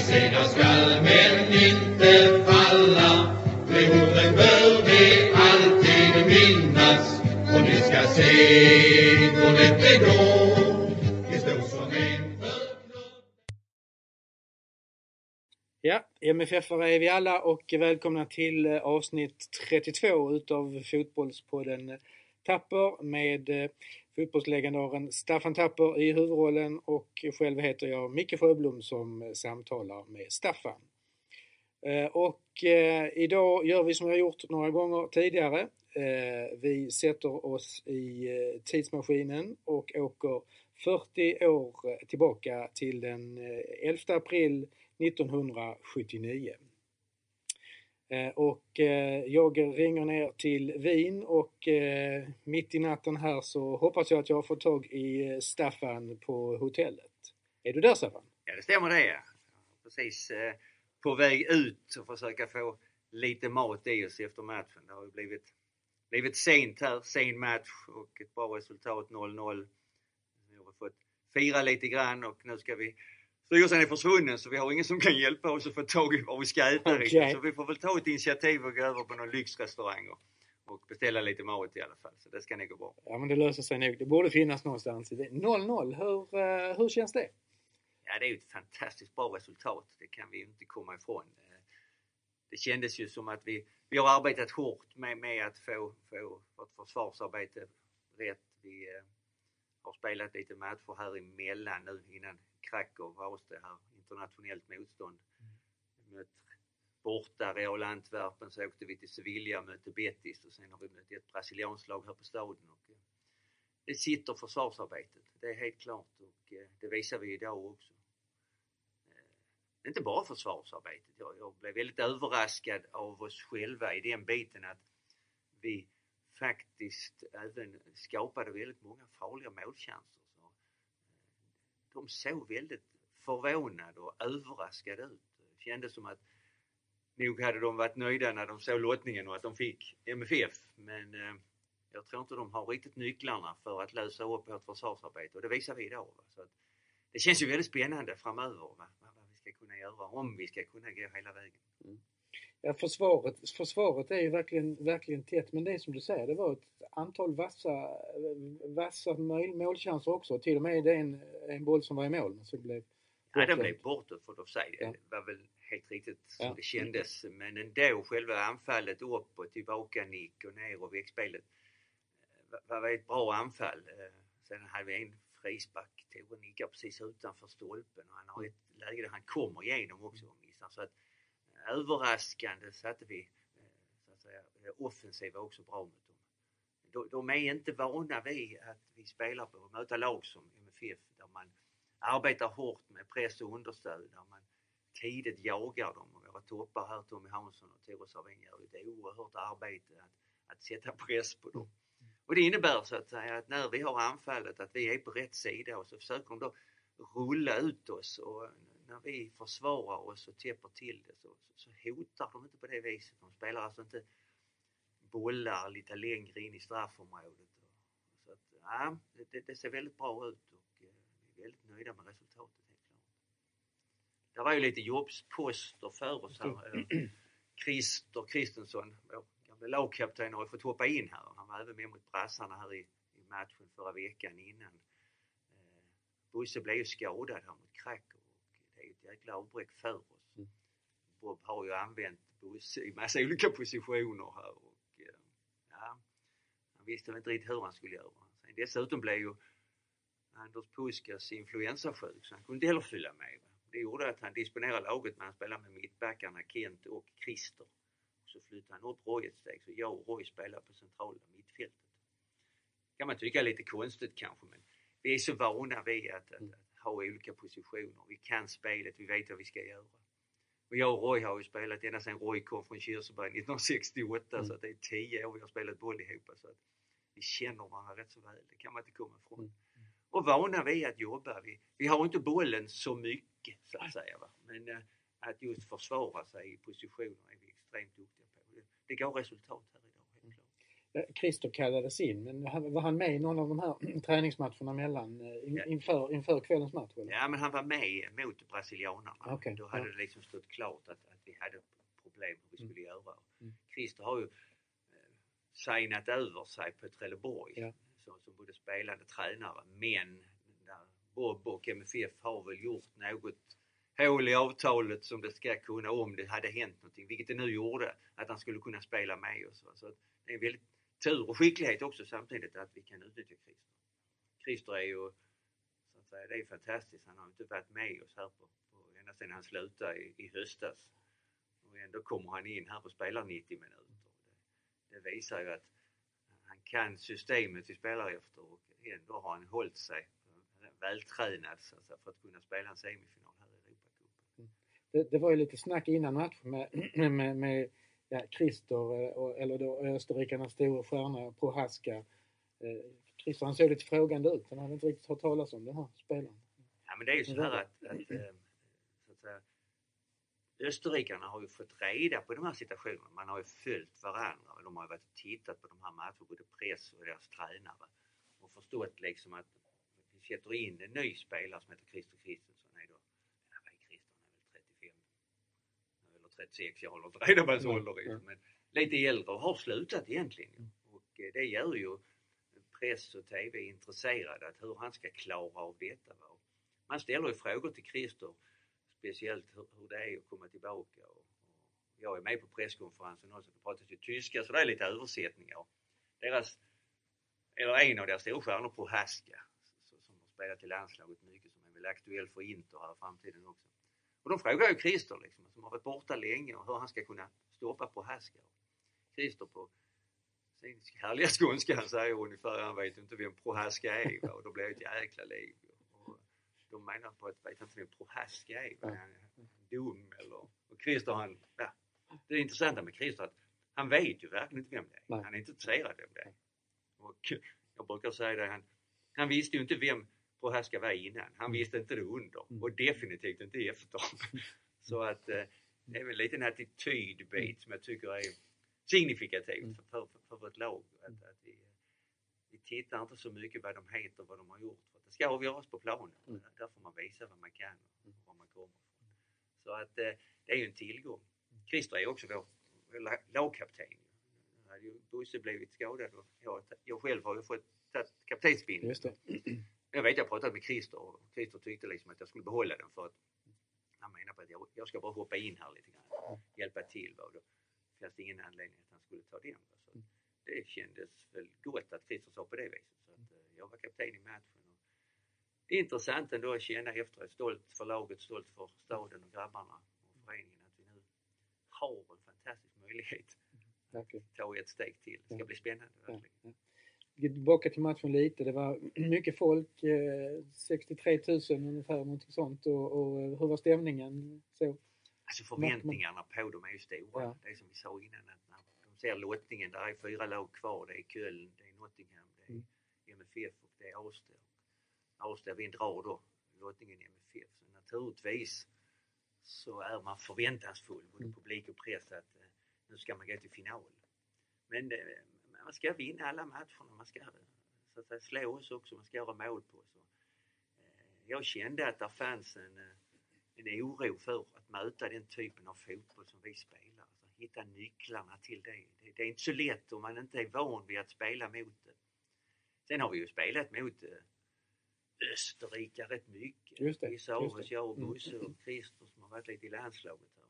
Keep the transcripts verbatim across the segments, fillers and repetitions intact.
segra skall men inte falla. De orden bör vi alltid minnas. Och ni ska se då det går. Det står som en förklubb. Ja, M F F-are är vi alla och välkomna till avsnitt trettiotvå utav Fotbollspodden Tapper med fotbollslegendaren Staffan Tapper i huvudrollen och själv heter jag Micke Sjöblom som samtalar med Staffan. Och eh, idag gör vi som vi har gjort några gånger tidigare. Eh, vi sätter oss i eh, tidsmaskinen och åker fyrtio år tillbaka till den eh, elfte april nittonhundrasjuttionio. Eh, och eh, jag ringer ner till Wien och eh, mitt i natten här så hoppas jag att jag har fått tag i Staffan på hotellet. Är du där, Staffan? Ja, det stämmer det. Ja. Precis eh, på väg ut och försöka få lite mat i oss efter matchen. Det har ju blivit, blivit sent här, sen match och ett bra resultat noll noll. Vi har fått fira lite grann och nu ska vi... Styrelsen är försvunnen så vi har ingen som kan hjälpa oss att få tag i vad vi ska äta. Okay. Så vi får väl ta ett initiativ och gå över på någon lyxrestaurang och, och beställa lite mat i alla fall. Så det ska nog gå bra. Ja, men det löser sig nog. Det borde finnas någonstans i det. noll noll, hur, uh, hur känns det? Ja, det är ju ett fantastiskt bra resultat. Det kan vi ju inte komma ifrån. Det kändes ju som att vi, vi har arbetat hårt med, med att få, få vårt försvarsarbete rätt. Vi uh, har spelat lite matcher här emellan nu innan Krakow var oss det här internationellt motstånd. Vi mötte borta Real Antwerpen, så åkte vi till Sevilla och mötte Betis och sen har vi mött ett brasilianslag här på staden. Och det sitter försvarsarbetet, det är helt klart och det visar vi idag också. Det är inte bara försvarsarbetet, jag, jag blev väldigt överraskad av oss själva i den biten att vi faktiskt även skapade väldigt många farliga målchanser. De såg väldigt förvånade och överraskade ut. Det kändes som att nog hade de varit nöjda när de såg lottningen och att de fick M F F. Men eh, jag tror inte de har riktigt nycklarna för att lösa upp vårt försvarsarbete. Och det visar vi idag. Va? Så att det känns ju väldigt spännande framöver. Va? Vad vi ska kunna göra om vi ska kunna gå hela vägen. Mm. Ja, försvaret, försvaret är ju verkligen, verkligen tätt. Men det är som du säger, det var ett antal vassa, vassa målchanser också. Till och med det är en, en boll som var i mål. Men så blev ja, den blev borta för att säga. Ja. Det var väl helt riktigt som ja. det kändes. Men ändå själva anfallet upp och tillbaka nick och ner och vägspelet var, var ett bra anfall. Sen hade vi en frispark till och nickar precis utanför stolpen. Och han har ett läge där han kommer igenom också och missar. Så att överraskande satte vi så att säga, offensiva också bra mot dem. De, de är inte vana vid att vi spelar på att möta lag som M F F där man arbetar hårt med press och understöd, där man tidigt jagar dem. Och våra toppar här, Tommy Hansson och Tero Sarvin, gör ett oerhört arbete att, att sätta press på dem. Och det innebär så att säga att när vi har anfallet att vi är på rätt sida och så försöker de då rulla ut oss och när vi försvarar oss och täpper till det så, så, så hotar de inte på det viset. De spelar alltså inte bollar lite längre in i straffområdet. Så att, ja, det, det ser väldigt bra ut och vi är väldigt nöjda med resultatet. Helt klart. Det var ju lite jobbsposter för oss här. Christer Kristensson, vår gamla lagkapten, har ju fått hoppa in här. Han var även med mot brassarna här i, i matchen förra veckan innan. Bosse blev ju skadad här mot Krakow och det är ju ett jäkla avbräck för oss. Mm. Bob har ju använt Bosse i massa olika positioner här och ja, han visste inte riktigt hur han skulle göra. Sen dessutom blev ju Anders Puskas influensasjuk så han kunde inte heller fylla med. Va? Det gjorde att han disponerade laget när han spelade med mittbackarna Kent och Christer. Och så flyttade han upp Roy ett steg så jag och Roy spelade på centrala mittfältet. Kan man tycka är lite konstigt kanske, men vi är så vana vid att, att, att ha olika positioner. Vi kan spelet, vi vet vad vi ska göra. Och jag och Roy har ju spelat ända sedan Roy kom från Kirseberg nittonhundrasextioåtta mm. så att det är tio år vi har spelat boll ihop. Så att vi känner varandra rätt så väl, det kan man inte komma ifrån. Mm. Och vana vid att jobba. Vi, vi har inte bollen så mycket så att säga. Va? Men äh, att just försvara sig i positioner är vi extremt duktiga på. Det, det går resultat här idag, helt klart. Christer kallades in, men var han med i någon av de här träningsmatcherna mellan in, Ja. inför, inför kvällens match? Eller? Ja, men han var med mot brasilianerna. Okay, Då hade ja. det liksom stått klart att, att vi hade problem hur vi skulle Mm. göra. Mm. Christer har ju eh, signat över sig på Trelleborg Ja. som, som både spelande tränare, men där Bob och M F F har väl gjort något hål i avtalet som det ska kunna, om det hade hänt någonting, vilket det nu gjorde, att han skulle kunna spela med oss. Så att det är väldigt tur och skicklighet också samtidigt att vi kan utnyttja Christer. Christer är ju, så att säga, det är fantastiskt. Han har inte varit med oss här på, på ända sedan han slutade i, i höstas. Och ändå kommer han in här och spelar nittio minuter. Det, det visar ju att han kan systemet vi spelar efter och ändå har han hållit sig vältränad så att säga, för att kunna spela en semifinal här i Europacupen. Det, det var ju lite snack innan matchen med, med, med ja, Christer och, eller då österrikarnas stora stjärna Prohaska. Eh, Christer, han såg lite frågande ut. Han hade inte riktigt hört talas om den här spelaren. Ja, men det är ju så här att, att, äh, så att säga, österrikarna har ju fått reda på de här situationerna. Man har ju följt varandra och de har ju varit och tittat på de här matcherna, både press och deras tränare. Och förstått liksom att vi sätter in en ny spelare som heter Christer Christensen. Nej då, ja, vad är Christer? Han är väl trettiofem eller trettiosex, jag håller inte reda på hans ålder. Mm. Men lite äldre och har slutat egentligen. Mm. Och det gör ju press och tv är intresserade att hur han ska klara av detta. Va? Man ställer ju frågor till Christer, speciellt hur, hur det är att komma tillbaka. Och, och jag är med på presskonferensen också, det pratas ju tyska så det är lite översättningar. Deras, eller en av deras stora stjärnor på Haska, som har spelat i landslaget mycket, som är väl aktuell för Inter här i framtiden också. Och de frågar ju Christer liksom, som har varit borta länge och hur han ska kunna stoppa på Haska. Christer på sin härliga skånska, han säger ungefär, han vet inte vem Prohaska är, va? Och då blir det ett jäkla liv. Och de menar på att vet inte vem Prohaska är, va? Han är dum eller... Och Christer, han... Ja, det är intressanta med Christer att han vet ju verkligen inte vem det är. Nej. Han är inte intresserad vem det är. Och jag brukar säga det, han, han visste ju inte vem Prohaska var innan. Han visste inte det under. Och definitivt inte efter. Så att eh, det är väl lite en attitydbit som jag tycker är signifikativt för, för, för vårt lag. Att, att vi, vi tittar inte så mycket vad de heter, vad de har gjort. För det ska avgöras på planen. Mm. Där får man visa vad man kan och var man kommer ifrån. Så att eh, det är ju en tillgång. Christer är också vår, vår lagkapten. Nu hade ju Bosse blivit skadad och jag, jag själv har ju fått tagit kaptensbindeln. Just det. Jag vet, jag pratade med Christer och Christer tyckte liksom att jag skulle behålla den för att han menar på att jag, jag ska bara hoppa in här lite grann. Hjälpa till. Va? Och då fanns det ingen anledning att han skulle ta den. Va? Så det kändes väl gott att Christer sa på det viset. Så att, uh, jag var kapten i matchen. Och det är intressant ändå att känna efteråt. Stolt för laget, stolt för staden och grabbarna och föreningen. Att vi nu har en fantastisk möjlighet att ta ett steg till. Det ska bli spännande verkligen. Ja, ja. Tillbaka till matchen lite. Det var mycket folk, eh, sextiotre tusen ungefär, någonting sånt. Och, och hur var stämningen? Så. Alltså förväntningarna på dem är ju stora. Ja. Det är som vi sa innan, att när de ser lottningen, där är fyra lag kvar. Det är Köln, det är Nottingham, det är mm. M F F och det är Årsta. Årsta vi drar då lottningen i M F F. Så naturligtvis så är man förväntansfull, både mm. publik och press, att eh, nu ska man gå till final. Men eh, man ska vinna alla matcherna, man ska så att säga, slå oss också, man ska göra mål på oss. Eh, jag kände att det fanns en, en oro för att möta den typen av fotboll som vi spelar. Alltså, hitta nycklarna till det. det. Det är inte så lätt om man inte är van vid att spela mot det. Sen har vi ju spelat mot eh, Österrike rätt mycket. Just det, Vissa av oss, jag och Bosse och Christer som har varit lite i landslaget här.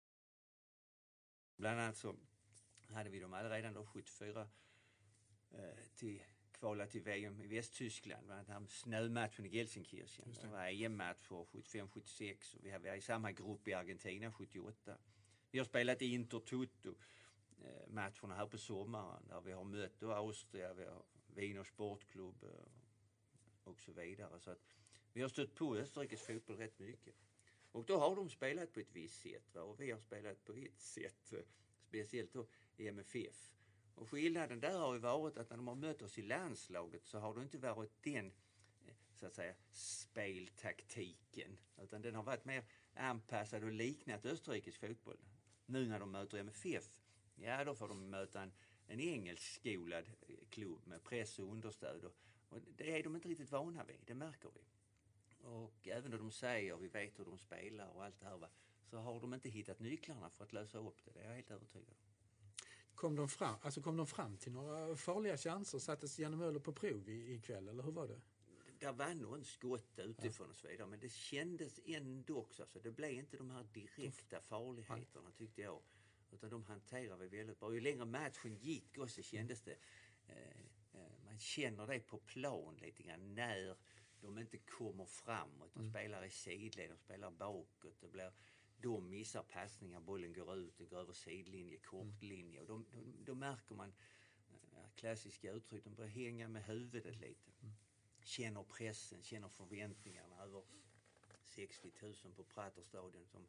Bland annat så hade vi dem redan då sjuttiofyra eh, till kvala till V M i Västtyskland. Den här snömatchen i Gelsenkirchen. Det var E M-match för sjuttiofem sjuttiosex och vi var i samma grupp i Argentina sjuttioåtta. Vi har spelat i Intertoto eh, matcherna här på sommaren där vi har mött då Austria, vi har Wiener Sportklubb eh, och så vidare. Så att vi har stött på Österrikes fotboll rätt mycket. Och då har de spelat på ett visst sätt, va? Och vi har spelat på ett sätt, eh, speciellt då i M F F. Och skillnaden där har ju varit att när de har mött oss i landslaget så har det inte varit den, så att säga, speltaktiken. Utan den har varit mer anpassad och liknat Österrikes fotboll. Nu när de möter M F F, ja då får de möta en en engelskskolad klubb med press och understöd. Och, och det är de inte riktigt vana vid, det märker vi. Och även då de säger, vi vet hur de spelar och allt det här, va, så har de inte hittat nycklarna för att lösa upp det. Det är jag helt övertygad om. Kom de fram, alltså kom de fram till några farliga chanser? Sattes Janne Möller på prov i, ikväll, eller hur var det? Det var nog en skott utifrån, ja, och så vidare, men det kändes ändå också. Alltså, det blev inte de här direkta farligheterna, tyckte jag. Utan de hanterade vi väldigt bra. Ju längre matchen gick också kändes det, eh, man känner det på plan lite grann när de inte kommer framåt. De mm. spelar i sidled, de spelar bakåt. Det blir, de missar passningar, bollen går ut, den går över sidlinje, kortlinje. Och de, de, då märker man, klassiska uttryck, de börjar hänga med huvudet lite. Mm. Känner pressen, känner förväntningarna. Över sextio tusen på Praterstadion som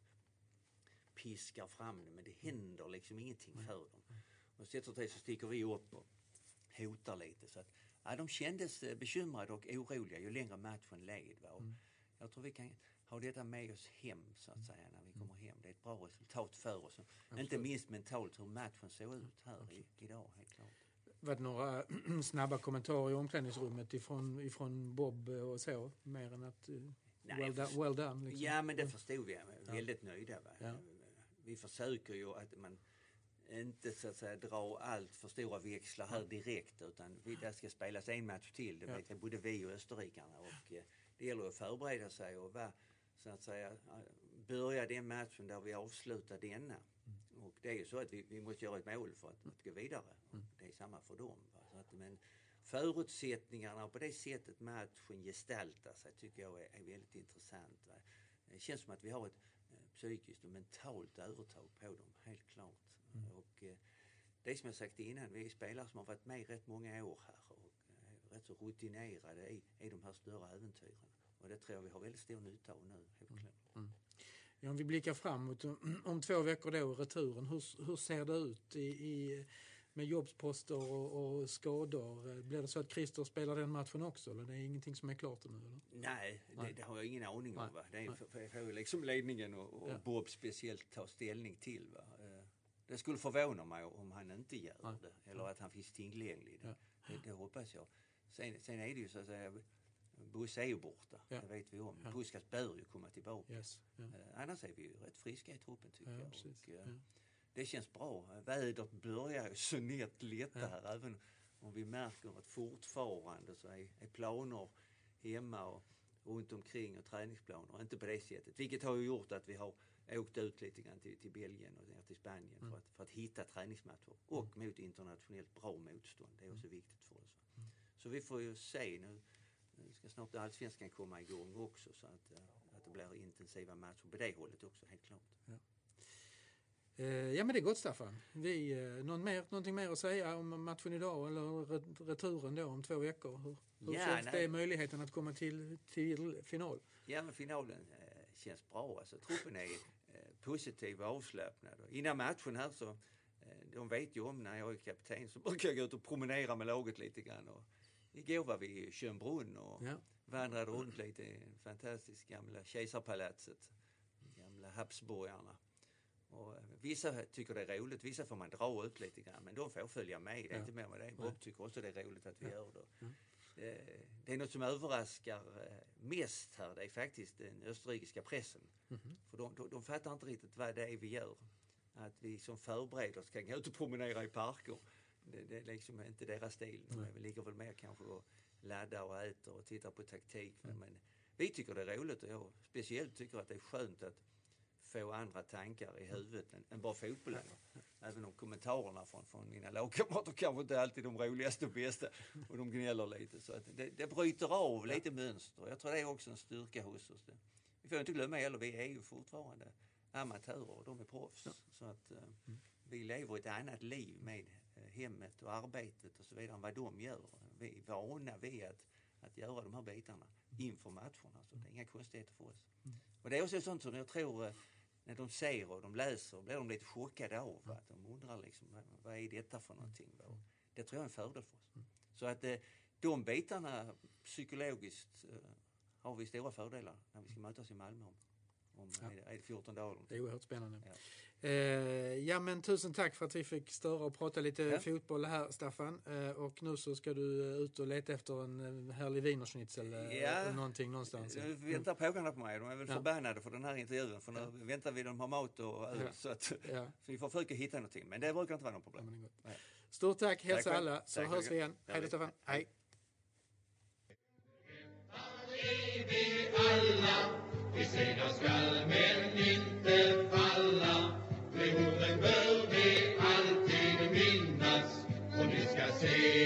piskar fram det, men det händer liksom ingenting för dem. Och så till så sticker vi upp och hotar lite. Så att, ja, de kändes bekymrade och oroliga ju längre matchen led. Va? Och mm. jag tror vi kan ha detta med oss hem, så att säga, när vi kommer hem. Det är ett bra resultat för oss. Absolut. Inte minst mentalt hur matchen såg ut här i, idag, helt klart. Var det några snabba kommentarer i omklädningsrummet ifrån, ifrån Bob och så, mer än att uh, Nej, well, done, well done? Liksom. Ja, men det förstod vi. Ja. Väldigt nöjda. Va? Ja. Vi försöker ju att man inte så att säga drar allt för stora växlar här direkt, utan vi, där ska spelas en match till. Det vet jag, både vi och österrikarna. Och eh, det gäller att förbereda sig och va, så att säga, börja den matchen där vi avslutar denna. Mm. Och det är ju så att vi, vi måste göra ett mål för att, att gå vidare. Och det är samma för dem. Va? Så att, men förutsättningarna och på det sättet matchen gestaltar sig tycker jag är, är väldigt intressant. Va? Det känns som att vi har ett eh, psykiskt och mentalt övertag på dem, helt klart. Mm. Och eh, det som jag sagt innan, vi är spelare som har varit med rätt många år här och eh, rätt så rutinerade i, i de här större äventyren. Och det tror jag vi har väldigt stor nytta av nu, helt klart. Mm. Ja, om vi blickar framåt, om två veckor då returen, hur, hur ser det ut i, i, med jobbsposter och, och skador? Blir det så att Christer spelar den matchen också, eller det är ingenting som är klart nu? Eller? Nej, det, det har jag ingen aning om. Va? Det är för, för liksom ledningen och, och ja. Bob speciellt tar ställning till. Va? Det skulle förvåna mig om han inte gör ja. det, eller att han finns tillgänglig. Det, ja. det, det hoppas jag. Sen, sen är det ju så att säga, Buss är ju borta, ja. det vet vi om. Ja. Puskas bör ju komma tillbaka. Yes. Ja. Eh, annars är vi ju rätt friska i truppen, tycker ja, jag. Och, eh, ja. Det känns bra. Vädret börjar ju så nätt lätta ja. här, även om vi märker att fortfarande så är, är planer hemma och runt omkring och träningsplaner. Inte på det sättet. Vilket har ju gjort att vi har åkt ut lite grann till, till Belgien och ner till Spanien mm. för, att, för att hitta träningsmatcher. Och mm. mot internationellt bra motstånd. Det är också mm. viktigt för oss. Mm. Så vi får ju se nu. Nu ska snart allsvenskan komma igång också, så att, att det blir intensiva matcher på det hållet också, helt klart. Ja, eh, ja men det är gott, Staffan. Vi, eh, någon mer, någonting mer att säga om matchen idag eller returen då om två veckor? Hur, hur ja, känns nej. det möjligheten att komma till, till final? Ja, men finalen eh, känns bra. Alltså, truppen är eh, positiv och avslappnad. Innan matchen här så, eh, de vet ju om när jag är kapten så brukar jag gå ut och promenera med laget lite grann och igår var vi i Schönbrunn och ja. vandrade runt lite i det fantastiska gamla kejsarpalatset, gamla Habsburgarna. Och vissa tycker det är roligt, vissa får man dra ut lite grann, men de får följa med, det är ja. inte mer med det. Bob tycker också det är roligt att vi ja. gör det. Ja. det. Det är något som överraskar mest här, det är faktiskt den österrikiska pressen. Mm-hmm. För de, de, de fattar inte riktigt vad det är vi gör. Att vi som förbereder oss kan gå ut och promenera i parker. Det, det är liksom inte deras stil. Mm. Vi ligger väl mer kanske och laddar och äter och tittar på taktik. Mm. Men vi tycker det är roligt och jag speciellt tycker att det är skönt att få andra tankar i huvudet än, än bara fotbollen. Mm. Även om kommentarerna från, från mina lagkamrater kanske inte alltid de roligaste och bästa och de gnäller lite. Så att det, det bryter av lite mönster. Jag tror det är också en styrka hos oss. Det. Vi får inte glömma heller, vi är ju fortfarande amatörer och de är proffs. Mm. Så att uh, mm. vi lever ett annat liv med hemmet och arbetet och så vidare än vad de gör. Vi är vana vid att, att göra de här bitarna inför matcherna. Så det är inga konstigheter för oss. Mm. Och det är också sånt som jag tror när de ser och de läser blir de lite chockade av. Mm. Att de undrar liksom, vad är detta för någonting? Mm. Det tror jag är en fördel för oss. Mm. Så att de bitarna psykologiskt har vi stora fördelar när vi ska mötas i Malmö om, om ja. är, är fjorton dagar. Det är oerhört spännande. Ja. Eh, ja men tusen tack för att vi fick störa och prata lite ja. fotboll här, Staffan. Eh, och nu så ska du ut och leta efter en härlig wienerschnitzel eh, ja. någonting någonstans. Nu väntar pågarna på mig. De är väl ja. förbannade för den här intervjun. För nu ja. väntar vi de har mat och öl. Ja. Så att ja. så vi får försöka hitta någonting. Men det brukar inte vara något problem. Ja, stort tack, hälsa tack alla. Så tack hörs vi igen. Hej då Staffan. Hej. Vi alla, vi segrar skall men inte falla. De orden bör vi alltid minnas, och ni ska se